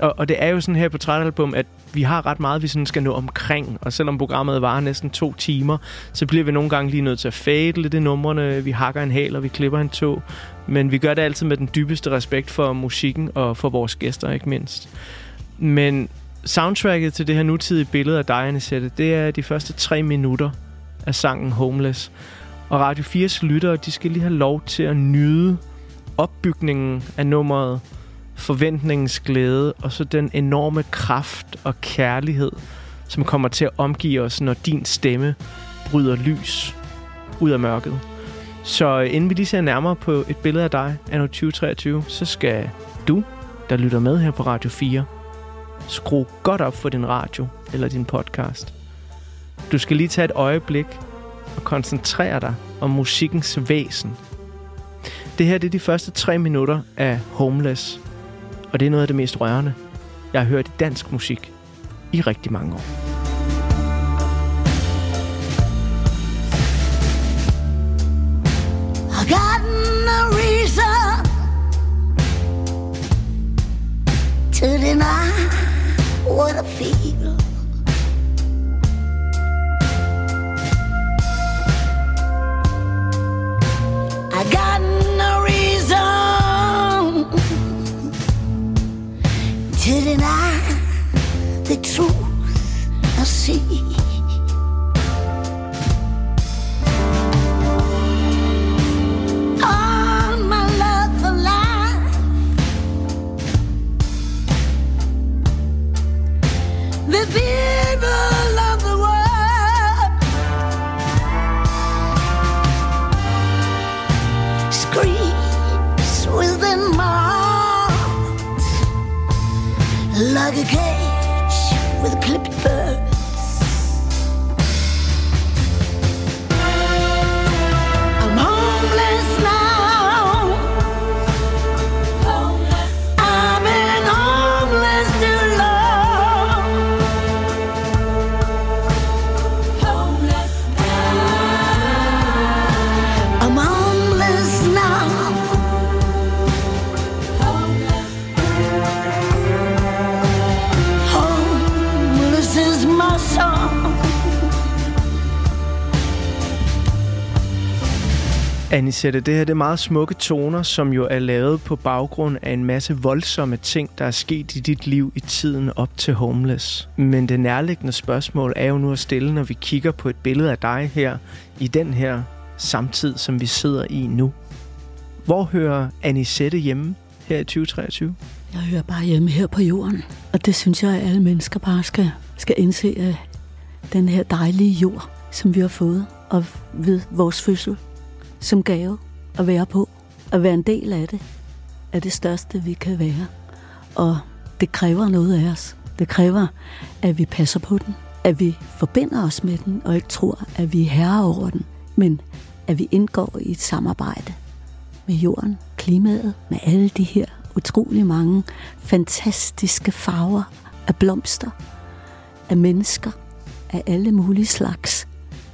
Og, og det er jo sådan her på portrætalbum, at vi har ret meget, vi sådan skal nå omkring. Og selvom programmet varer næsten to timer, så bliver vi nogle gange lige nødt til at fade lidt i numrene. Vi hakker en hæl, og vi klipper en tå. Men vi gør det altid med den dybeste respekt for musikken og for vores gæster, ikke mindst. Men soundtracket til det her nutidige billede af dig, Anisette, det er de første tre minutter af sangen Homeless. Og Radio fires lyttere, de skal lige have lov til at nyde opbygningen af nummeret, forventningens glæde, og så den enorme kraft og kærlighed, som kommer til at omgive os, når din stemme bryder lys ud af mørket. Så inden vi lige ser nærmere på et billede af dig, anno tyve treogtyve, så skal du, der lytter med her på Radio fire, skrue godt op for din radio eller din podcast. Du skal lige tage et øjeblik og koncentrere dig om musikkens væsen. Det her det er de første tre minutter af Homeless, og det er noget af det mest rørende, jeg har hørt i dansk musik i rigtig mange år. I got no reason to deny what I feel. I got no reason to deny the truth I see. All my love for life, the people of the world screams within my heart like a cage with clipped birds. I'm homeless now. Homeless. I've been homeless too long. Homeless now. I'm homeless now. Homeless is my song. Anisette, det her det er meget smukke toner, som jo er lavet på baggrund af en masse voldsomme ting, der er sket i dit liv i tiden op til Homeless. Men det nærliggende spørgsmål er jo nu at stille, når vi kigger på et billede af dig her i den her samtid, som vi sidder i nu. Hvor hører Anisette hjemme her i tyve treogtyve? Jeg hører bare hjemme her på jorden, og det synes jeg, at alle mennesker bare skal, skal indse af den her dejlige jord, som vi har fået, og ved vores fødsel som gave at være på, at være en del af det, er det største, vi kan være. Og det kræver noget af os. Det kræver, at vi passer på den, at vi forbinder os med den, og ikke tror, at vi er herre over den, men at vi indgår i et samarbejde med jorden, klimaet, med alle de her utrolig mange fantastiske farver af blomster, af mennesker, af alle mulige slags,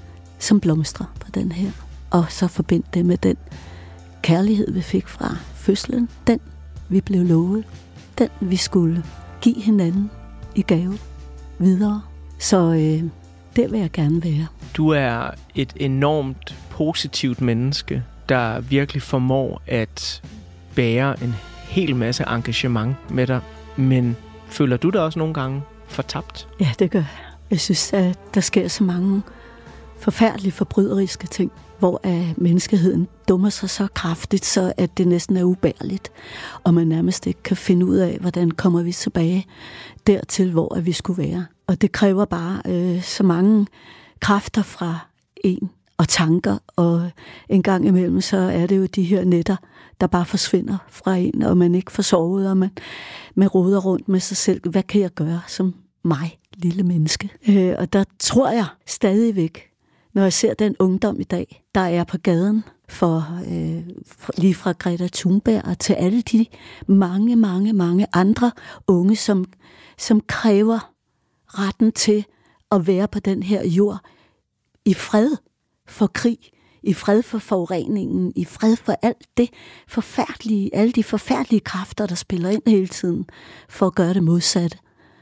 som blomstrer på den her. Og så forbind det med den kærlighed, vi fik fra fødslen, den vi blev lovet, den vi skulle give hinanden i gave videre. Så øh, det vil jeg gerne være. Du er et enormt positivt menneske, der virkelig formår at bære en hel masse engagement med dig. Men føler du dig også nogle gange fortabt? Ja, det gør jeg. Jeg synes, at der sker så mange forfærdelige, forbryderiske ting, hvor at menneskeheden dummer sig så kraftigt, så at det næsten er ubærligt, og man nærmest ikke kan finde ud af, hvordan kommer vi tilbage dertil, hvor at vi skulle være. Og det kræver bare øh, så mange kræfter fra en, og tanker, og en gang imellem, så er det jo de her nætter, der bare forsvinder fra en, og man ikke får sovet, og man, man roder rundt med sig selv. Hvad kan jeg gøre som mig, lille menneske? Øh, og der tror jeg stadigvæk, når jeg ser den ungdom i dag, der er på gaden, for, øh, for lige fra Greta Thunberg til alle de mange, mange, mange andre unge, som, som kræver retten til at være på den her jord i fred for krig, i fred for forureningen, i fred for alt det forfærdelige, alle de forfærdelige kræfter, der spiller ind hele tiden, for at gøre det modsatte.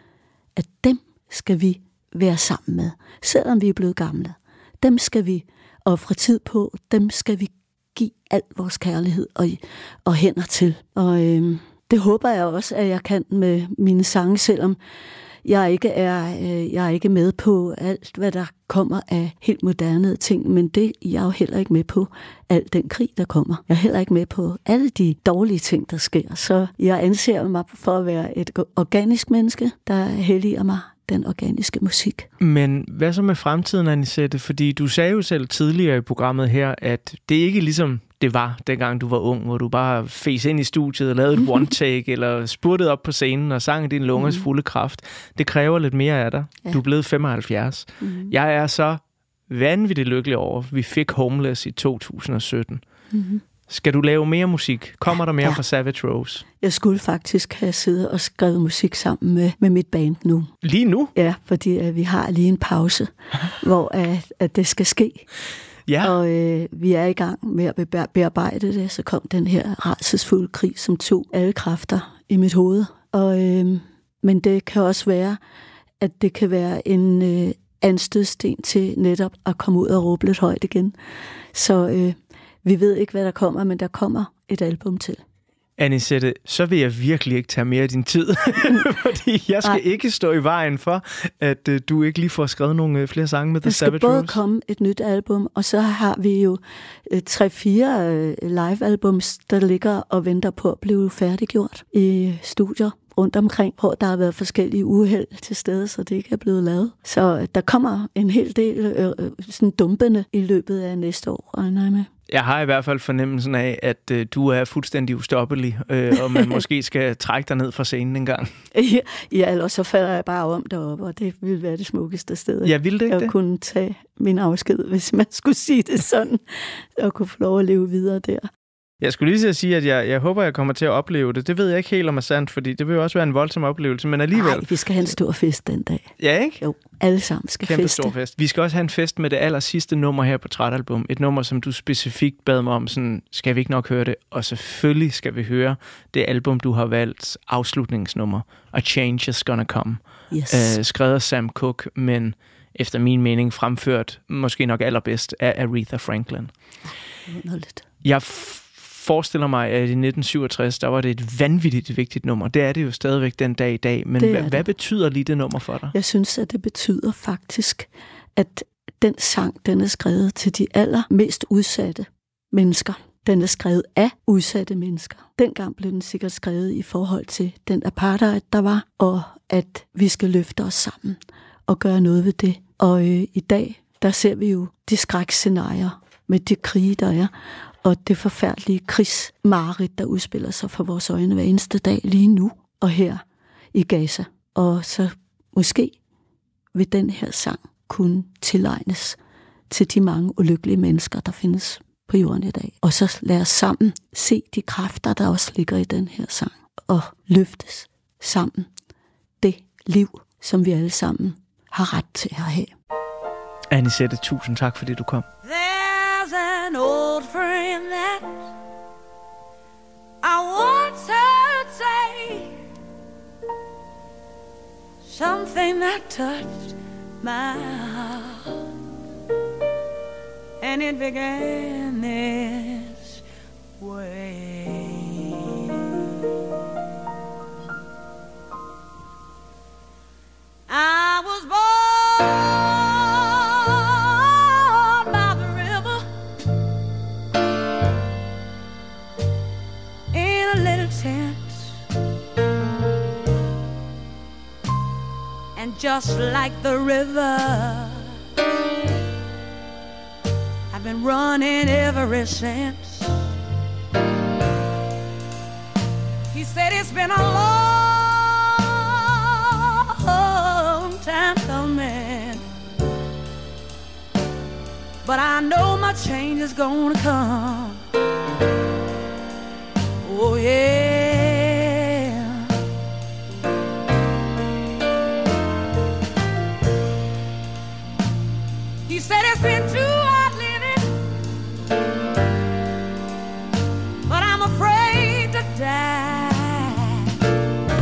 At dem skal vi være sammen med, selvom vi er blevet gamle. Dem skal vi ofre tid på, dem skal vi give al vores kærlighed og, og hænder til. Og øh, det håber jeg også, at jeg kan med mine sange, selvom jeg ikke er, øh, jeg er ikke med på alt, hvad der kommer af helt moderne ting, men det jeg er jo heller ikke med på al den krig, der kommer. Jeg er heller ikke med på alle de dårlige ting, der sker. Så jeg anser mig for at være et organisk menneske, der helliger mig den organiske musik. Men hvad så med fremtiden, Anisette? Fordi du sagde jo selv tidligere i programmet her, at det ikke ligesom det var, dengang du var ung, hvor du bare fes ind i studiet og lavede et one-take, eller spurtede op på scenen og sang i din lungers fulde kraft. Det kræver lidt mere af dig. Ja. Du er blevet femoghalvfjerds. Mm-hmm. Jeg er så vanvittigt lykkelig over, vi fik Homeless i to tusind og sytten. Mm-hmm. Skal du lave mere musik? Kommer der mere ja. fra Savage Rose? Jeg skulle faktisk have siddet og skrevet musik sammen med, med mit band nu. Lige nu? Ja, fordi at vi har lige en pause, hvor at, at det skal ske. Ja. Og øh, vi er i gang med at bearbejde det. Så kom den her rædselsfulde krig, som tog alle kræfter i mit hoved. Og, øh, men det kan også være, at det kan være en øh, anstødsten til netop at komme ud og råbe lidt højt igen. Så øh, vi ved ikke, hvad der kommer, men der kommer et album til. Anisette, så vil jeg virkelig ikke tage mere af din tid, fordi jeg skal Nej. ikke stå i vejen for, at uh, du ikke lige får skrevet nogle uh, flere sange med The Savage Rose. Der skal både komme et nyt album, og så har vi jo uh, tre-fire uh, live-albums, der ligger og venter på at blive færdiggjort i studier rundt omkring, hvor der har været forskellige uheld til stede, så det ikke er blevet lavet. Så uh, der kommer en hel del uh, sådan dumpende i løbet af næste år, regner jeg med. Jeg har i hvert fald fornemmelsen af, at øh, du er fuldstændig ustoppelig, øh, og man måske skal trække dig ned fra scenen en gang. Ja, ja, ellers så falder jeg bare om deroppe, og det ville være det smukkeste sted. Ja, ville det ikke jeg det? Kunne tage min afsked, hvis man skulle sige det sådan, og kunne få lov at leve videre der. Jeg skulle lige så sige, at jeg, jeg håber, jeg kommer til at opleve det. Det ved jeg ikke helt om er sandt, fordi det vil jo også være en voldsom oplevelse, men alligevel... Nej, vi skal have en stor fest den dag. Ja, ikke? Jo, alle sammen skal Kæmpe feste. Stor fest. Vi skal også have en fest med det aller sidste nummer her på Trætalbum. Et nummer, som du specifikt bad mig om, sådan, skal vi ikke nok høre det? Og selvfølgelig skal vi høre det album, du har valgt, afslutningsnummer, A Change Is Gonna Come. Yes. Uh, skrevet af Sam Cooke, men efter min mening fremført, måske nok allerbedst, af Aretha Franklin. Underligt. Jeg forestiller mig, at i nitten syvogtres, der var det et vanvittigt vigtigt nummer. Det er det jo stadigvæk den dag i dag. Men hvad, hvad betyder lige det nummer for dig? Jeg synes, at det betyder faktisk, at den sang, den er skrevet til de allermest udsatte mennesker. Den er skrevet af udsatte mennesker. Dengang blev den sikkert skrevet i forhold til den apartheid, der var, og at vi skal løfte os sammen og gøre noget ved det. Og øh, i dag, der ser vi jo de skrækscenarier med de krige, der er, og det forfærdelige krigsmareridt, der udspiller sig for vores øjne hver eneste dag lige nu og her i Gaza. Og så måske vil den her sang kunne tilegnes til de mange ulykkelige mennesker, der findes på jorden i dag. Og så lad os sammen se de kræfter, der også ligger i den her sang, og løftes sammen det liv, som vi alle sammen har ret til at have. Anisette, tusind tak, fordi du kom. There's an old friend that I once heard say something that touched my heart, and it began this way. I was born just like the river, I've been running ever since. He said it's been a long time coming, but I know my change is gonna come. Oh yeah. He said it's been too hard living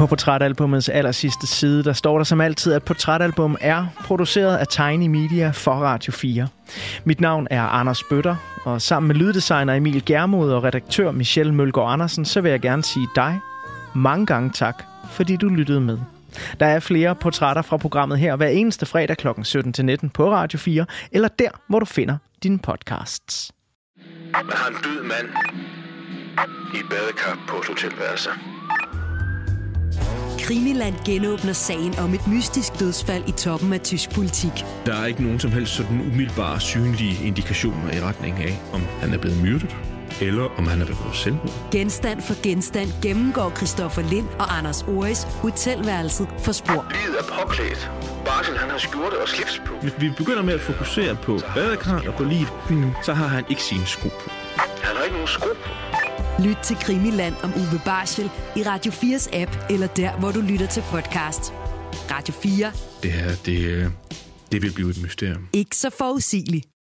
På portrætalbumets allersidste side, der står der som altid, at Portrætalbum er produceret af Tiny Media for Radio fire. Mit navn er Anders Bøtter, og sammen med lyddesigner Emil Germod og redaktør Michelle Mølgaard Andersen, så vil jeg gerne sige dig mange gange tak, fordi du lyttede med. Der er flere portrætter fra programmet her hver eneste fredag klokken sytten til nitten på Radio fire, eller der, hvor du finder dine podcasts. Man har en død mand i et badekar på et hotelværelse. Krimiland genåbner sagen om et mystisk dødsfald i toppen af tysk politik. Der er ikke nogen som helst sådan umiddelbare synlige indikationer i retning af, om han er blevet myrdet, eller om han er begået selvmord. Genstand for genstand gennemgår Christoffer Lind og Anders Oris hotelværelset for spor. Liget er påklædt. Barsel, han har skjorte og slips på. Hvis vi begynder med at fokusere på badekarret og på liget, så har han ikke sine sko på. Han har ikke nogen sko på. Lyt til Krimiland om Uwe Barschel i Radio fires app, eller der, hvor du lytter til podcast. Radio fire. Det her, det, det vil blive et mysterium. Ikke så forudsigeligt.